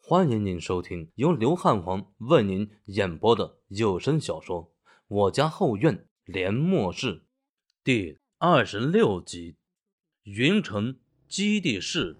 欢迎您收听由刘汉皇为您演播的有声小说《我家后院连末世》第26集，云城基地室。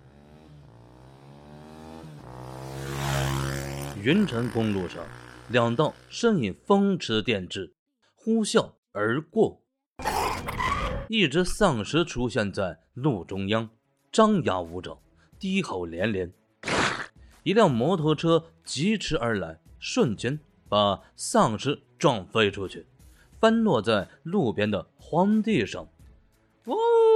云城公路上，两道身影风驰电掣，呼啸而过。一只丧尸出现在路中央，张牙舞爪，低吼连连。一辆摩托车疾驰而来，瞬间把丧尸撞飞出去，翻落在路边的荒地上。呜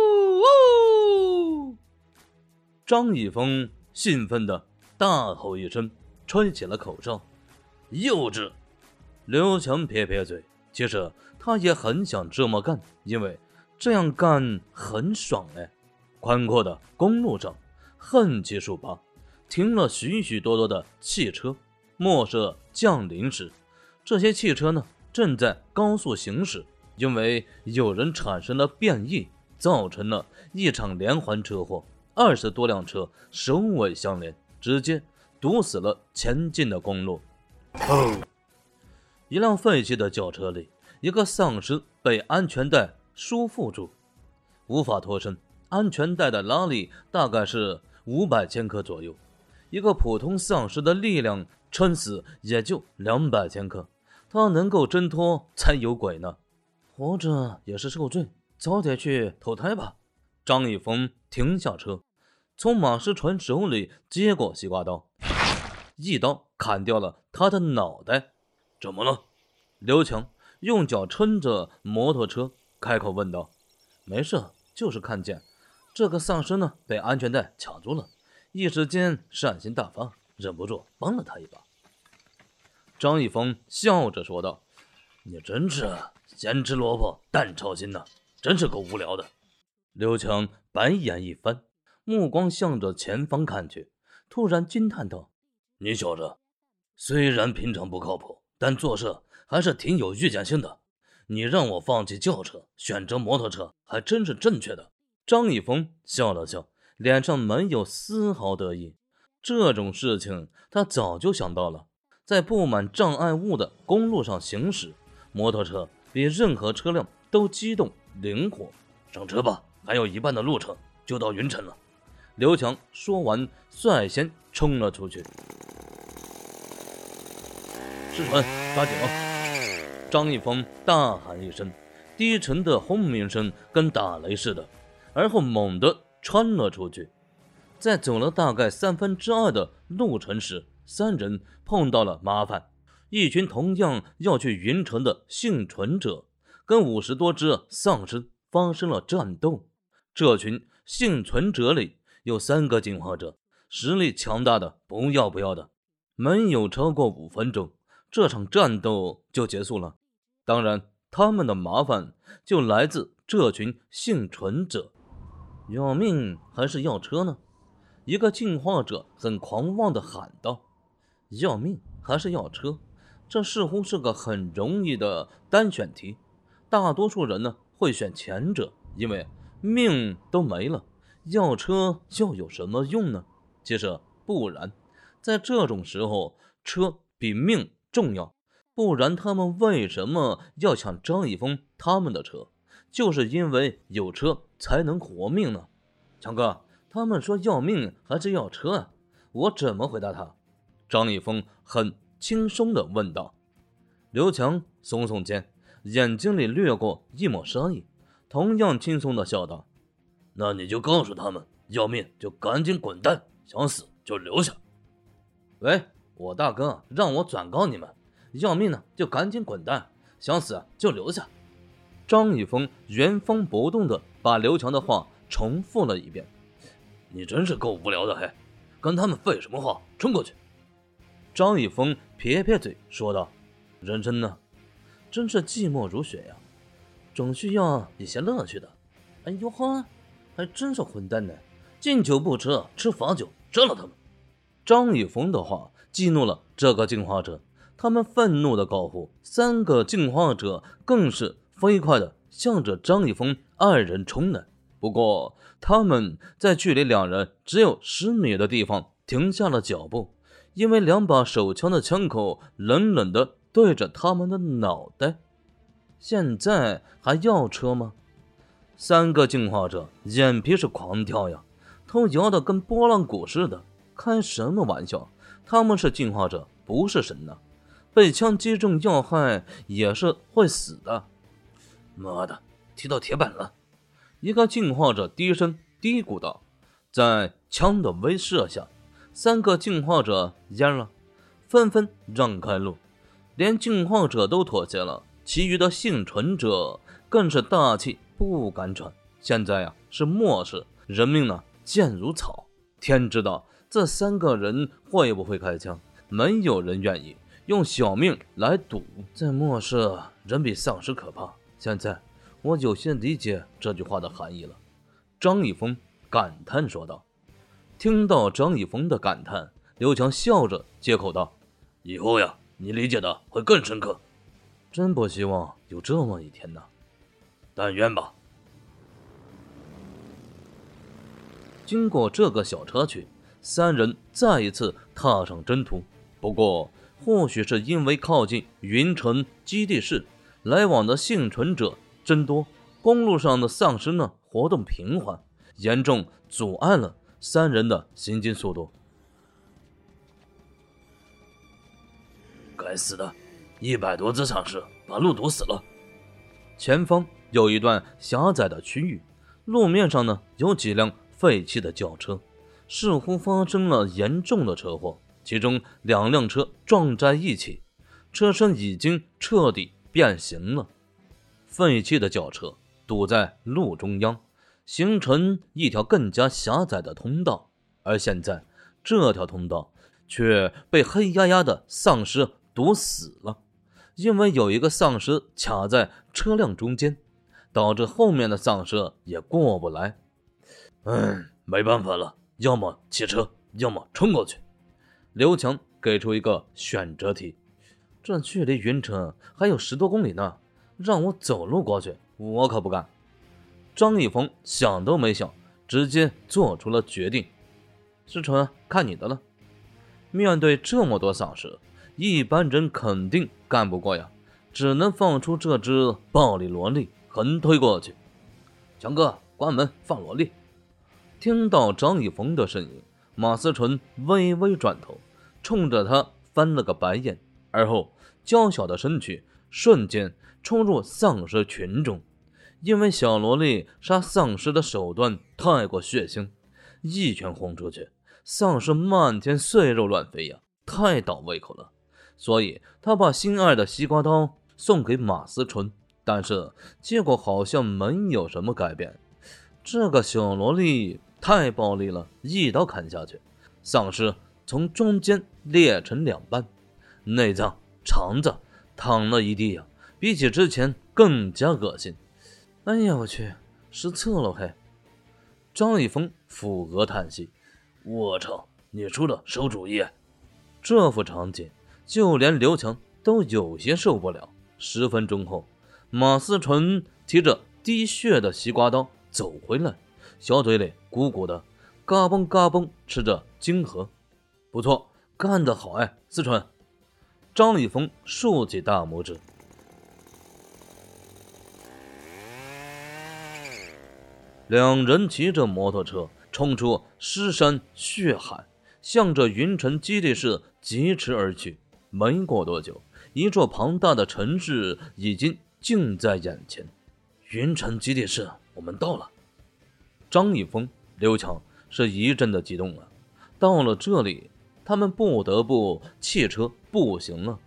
呜！张一峰兴奋地大吼一声，吹起了口哨。幼稚！刘强撇撇嘴，其实他也很想这么干，因为这样干很爽哎。宽阔的公路上，横七竖八停了许许多多的汽车。末世降临时，这些汽车呢正在高速行驶，因为有人产生了变异，造成了一场连环车祸，20多辆车首尾相连，直接堵死了前进的公路。一辆废弃的轿车里，一个丧尸被安全带束缚住，无法脱身。安全带的拉力大概是500千克左右，一个普通丧尸的力量撑死也就200千克，他能够挣脱才有鬼呢。活着也是受罪，早点去投胎吧。张一峰停下车，从马师传手里接过西瓜刀，一刀砍掉了他的脑袋。怎么了？刘强用脚撑着摩托车开口问道。没事，就是看见这个丧尸呢被安全带卡住了，一时间善心大发，忍不住帮了他一把。张一峰笑着说道：你真是咸吃萝卜淡操心呐，真是够无聊的。刘强白眼一翻，目光向着前方看去，突然惊叹道：你小子虽然平常不靠谱，但做事还是挺有预见性的。你让我放弃轿车，选择摩托车，还真是正确的。张一峰笑了笑，脸上没有丝毫得意。这种事情他早就想到了，在布满障碍物的公路上行驶，摩托车比任何车辆都机动灵活。上车吧，还有一半的路程就到云城了。刘强说完，率先冲了出去。师传，抓紧了！张一峰大喊一声，低沉的轰鸣声跟打雷似的，而后猛地穿了出去。在走了大概2/3的路程时，三人碰到了麻烦。一群同样要去云城的幸存者跟50多只丧尸发生了战斗。这群幸存者里有3个进化者，实力强大的不要不要的。没有超过5分钟，这场战斗就结束了。当然，他们的麻烦就来自这群幸存者。要命还是要车呢？一个进化者很狂妄地喊道。要命还是要车？这似乎是个很容易的单选题。大多数人呢会选前者，因为命都没了，要车又有什么用呢？其实不然，在这种时候，车比命重要。不然他们为什么要抢张一峰他们的车？就是因为有车才能活命呢。强哥，他们说要命还是要车啊？我怎么回答他？张一峰很轻松地问道。刘强耸耸肩，眼睛里掠过一抹杀意，同样轻松地笑道：那你就告诉他们，要命就赶紧滚蛋，想死就留下。喂，我大哥让我转告你们，要命呢就赶紧滚蛋，想死就留下。张一峰原封不动地把刘强的话重复了一遍。你真是够无聊的，嘿，跟他们废什么话，冲过去。张一峰撇撇嘴说道：人生呢真是寂寞如雪呀，总需要一些乐趣的。哎呦呵，还真是混蛋呢，敬酒不吃吃罚酒，杀了他们。张一峰的话激怒了这个进化者，他们愤怒的高呼，3个进化者更是飞快的向着张一峰2人冲来。不过他们在距离2人只有10米的地方停下了脚步， 因为2把手枪的枪口冷冷地对着他们的脑袋。现在还要车吗？3个进化者眼皮是狂跳呀，头摇得跟拨浪鼓似的。开什么玩笑，他们是进化者，不是神呐，被枪击中要害也是会死的。妈的，踢到铁板了！一个进化者低声嘀咕道。在枪的威慑下，3个进化者蔫了，纷纷让开路，连进化者都妥协了，其余的幸存者更是大气不敢喘。现在呀，是末世，人命呢贱如草，天知道这3个人会不会开枪，没有人愿意用小命来赌。在末世，人比丧尸可怕。现在我有些理解这句话的含义了。张一峰感叹说道。听到张一峰的感叹，刘强笑着接口道：以后呀，你理解的会更深刻。真不希望有这么一天呢，但愿吧。经过这个小插曲，3人再一次踏上征途。不过或许是因为靠近云城基地市，来往的幸存者增多，公路上的丧尸呢活动频繁，严重阻碍了3人的行进速度。该死的，100多只丧尸把路堵死了。前方有一段狭窄的区域，路面上呢有几辆废弃的轿车，似乎发生了严重的车祸，其中2辆车撞在一起，车身已经彻底变形了。废弃的轿车堵在路中央，形成一条更加狭窄的通道，而现在这条通道却被黑压压的丧尸堵死了，因为有一个丧尸卡在车辆中间，导致后面的丧尸也过不来。没办法了，要么骑车，要么冲过去。刘强给出一个选择题。这距离云城还有10多公里呢，让我走路过去，我可不敢。张一峰想都没想，直接做出了决定。思纯，看你的了。面对这么多丧尸，一般人肯定干不过呀，只能放出这只暴力萝莉横推过去。强哥，关门放萝莉。听到张一峰的声音，马思纯微微转头，冲着他翻了个白眼，而后娇小的身躯瞬间冲入丧尸群中。因为小萝莉杀丧尸的手段太过血腥，一拳轰出去，丧尸漫天碎肉乱飞呀，太倒胃口了。所以他把心爱的西瓜刀送给马思纯，但是结果好像没有什么改变。这个小萝莉太暴力了，一刀砍下去，丧尸从中间裂成2半，内脏、肠子淌了一地呀，比起之前更加恶心。哎呀我去，失策了嘿！张一峰抚额叹息，我操，你出的馊主意！这副场景就连刘强都有些受不了。10分钟后，马思纯提着滴血的西瓜刀走回来，小嘴里鼓鼓的，嘎嘣嘎嘣吃着金核。不错，干得好哎，思纯！张一峰竖起大拇指。2人骑着摩托车冲出尸山血海，向着云城基地市疾驰而去。没过多久，一座庞大的城市已经近在眼前。云城基地市，我们到了。张一峰、刘强是一阵的激动了。到了这里，他们不得不弃车步行了，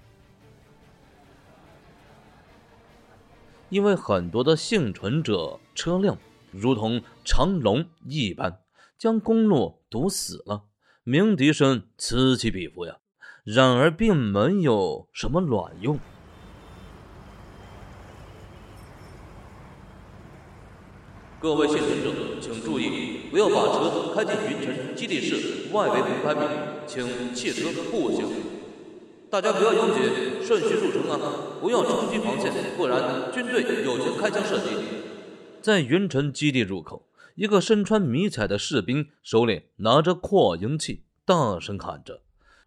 因为很多的幸存者车辆如同长龙一般将公路堵死了，鸣笛声此起彼伏呀，然而并没有什么卵用。各位幸存者请注意，不要把车开进云城基地市外围500米，请弃车步行。大家不要拥挤，顺序入城啊，不要冲击防线，不然军队有权开枪射击。在云城基地入口，一个身穿迷彩的士兵手里拿着扩音器，大声喊着，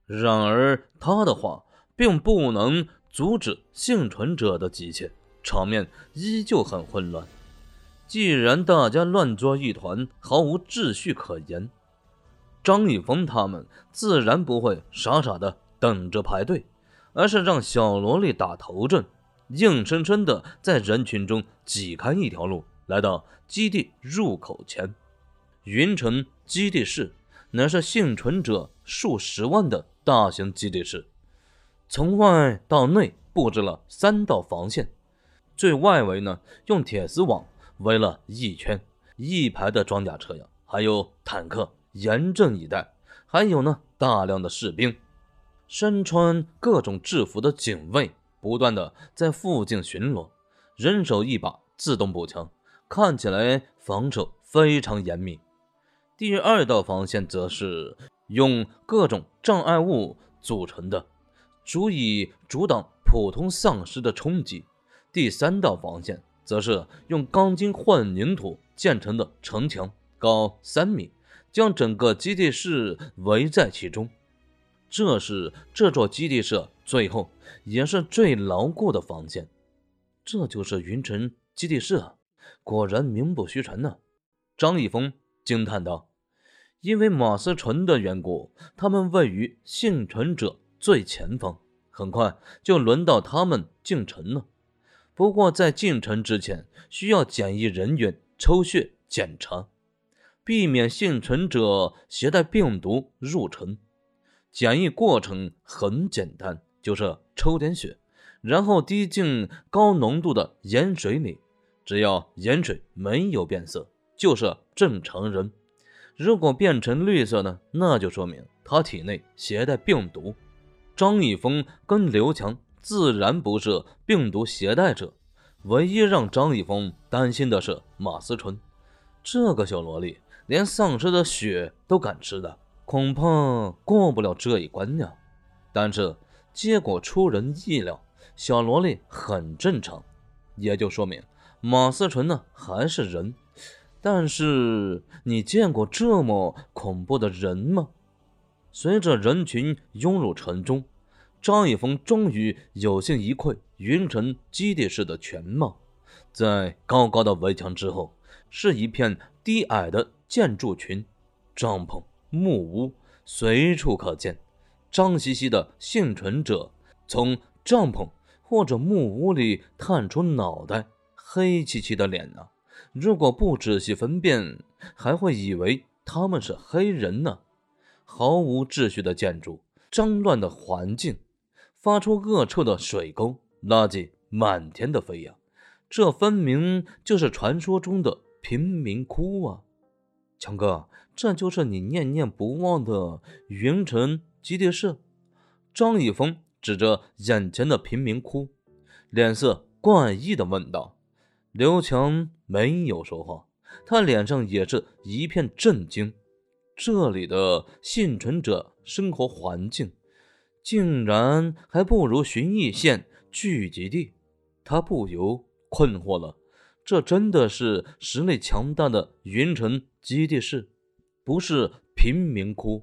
然而他的话并不能阻止幸存者的急切，场面依旧很混乱。既然大家乱作一团，毫无秩序可言，张一峰他们自然不会傻傻的等着排队，而是让小萝莉打头阵，硬生生的在人群中挤开一条路，来到基地入口前。云城基地室乃是幸存者数十万的大型基地室，从外到内布置了3道防线，最外围呢用铁丝网围了一圈，一排的装甲车辆还有坦克严阵以待，还有呢大量的士兵，身穿各种制服的警卫不断的在附近巡逻，人手一把自动步枪，看起来防守非常严密。第2道防线则是用各种障碍物组成的，足以阻挡普通丧尸的冲击。第3道防线则是用钢筋混凝土建成的城墙，高3米，将整个基地室围在其中。这是这座基地室最后也是最牢固的防线。这就是云城基地室啊，果然名不虚传呢。张一峰惊叹道，因为马思纯的缘故，他们位于幸存者最前方，很快就轮到他们进城了。不过在进城之前，需要检疫人员抽血检查，避免幸存者携带病毒入城。检疫过程很简单，就是抽点血，然后滴进高浓度的盐水里，只要盐水没有变色，就是正常人。如果变成绿色呢，那就说明他体内携带病毒。张一峰跟刘强自然不是病毒携带者，唯一让张一峰担心的是马思纯，这个小萝莉连丧尸的血都敢吃的，恐怕过不了这一关呀。但是结果出人意料，小萝莉很正常，也就说明马思纯呢还是人。但是你见过这么恐怖的人吗？随着人群涌入城中，张一峰终于有幸一窥云城基地室的全貌。在高高的围墙之后，是一片低矮的建筑群，帐篷、木屋随处可见。脏兮兮的幸存者从帐篷或者木屋里探出脑袋，黑漆漆的脸啊，如果不仔细分辨，还会以为他们是黑人呢。毫无秩序的建筑，脏乱的环境，发出恶臭的水沟，垃圾满天的飞扬，这分明就是传说中的贫民窟啊！强哥，这就是你念念不忘的云城基地室？张一峰指着眼前的贫民窟，脸色怪异地问道。刘强没有说话，他脸上也是一片震惊。这里的幸存者生活环境竟然还不如寻邑县聚集地，他不由困惑了。这真的是实力强大的云城基地室，不是贫民窟。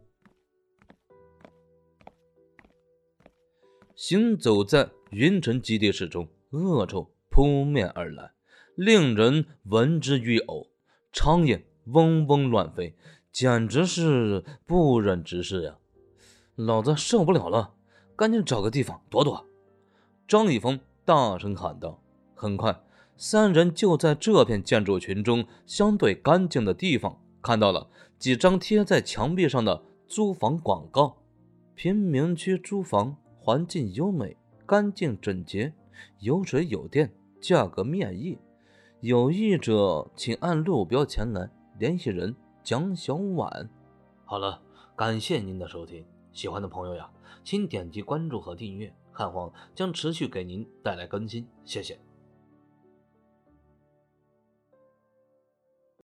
行走在云城基地室中，恶臭扑面而来，令人闻之欲呕，苍蝇嗡嗡乱飞，简直是不忍直视呀！老子受不了了，赶紧找个地方躲躲！张一峰大声喊道。很快，3人就在这片建筑群中相对干净的地方看到了几张贴在墙壁上的租房广告。贫民区租房，环境优美，干净整洁，有水有电，价格面议，有意者请按路标前来，联系人蒋小婉。好了，感谢您的收听，喜欢的朋友呀，请点击关注和订阅，汉皇将持续给您带来更新，谢谢。